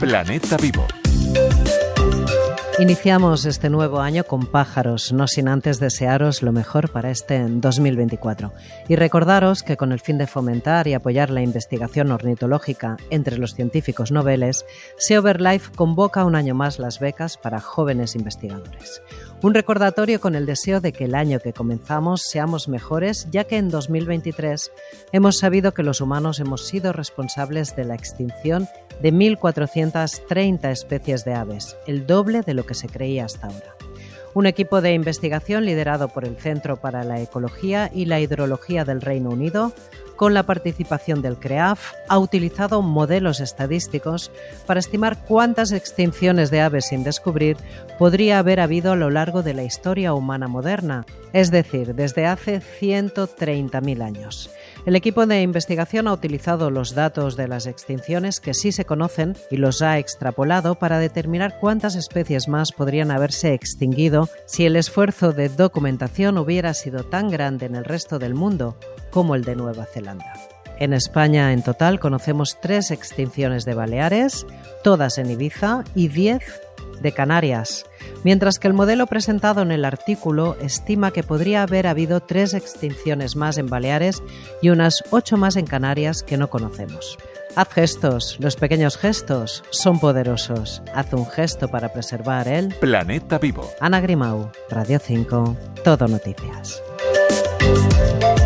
Planeta Vivo. Iniciamos este nuevo año con pájaros, no sin antes desearos lo mejor para este 2024. Y recordaros que con el fin de fomentar y apoyar la investigación ornitológica entre los científicos noveles, SeoBirdLife convoca un año más las becas para jóvenes investigadores. Un recordatorio con el deseo de que el año que comenzamos seamos mejores, ya que en 2023 hemos sabido que los humanos hemos sido responsables de la extinción de 1.430 especies de aves, el doble de lo que se creía hasta ahora. Un equipo de investigación liderado por el Centro para la Ecología y la Hidrología del Reino Unido, con la participación del CREAF, ha utilizado modelos estadísticos para estimar cuántas extinciones de aves sin descubrir podría haber habido a lo largo de la historia humana moderna, es decir, desde hace 130.000 años. El equipo de investigación ha utilizado los datos de las extinciones que sí se conocen y los ha extrapolado para determinar cuántas especies más podrían haberse extinguido si el esfuerzo de documentación hubiera sido tan grande en el resto del mundo como el de Nueva Zelanda. En España, en total, conocemos 3 extinciones de Baleares, todas en Ibiza, y 10 de Canarias, mientras que el modelo presentado en el artículo estima que podría haber habido 3 extinciones más en Baleares y unas 8 más en Canarias que no conocemos. Haz gestos, los pequeños gestos son poderosos. Haz un gesto para preservar el Planeta Vivo. Ana Grimau, Radio 5, Todo Noticias.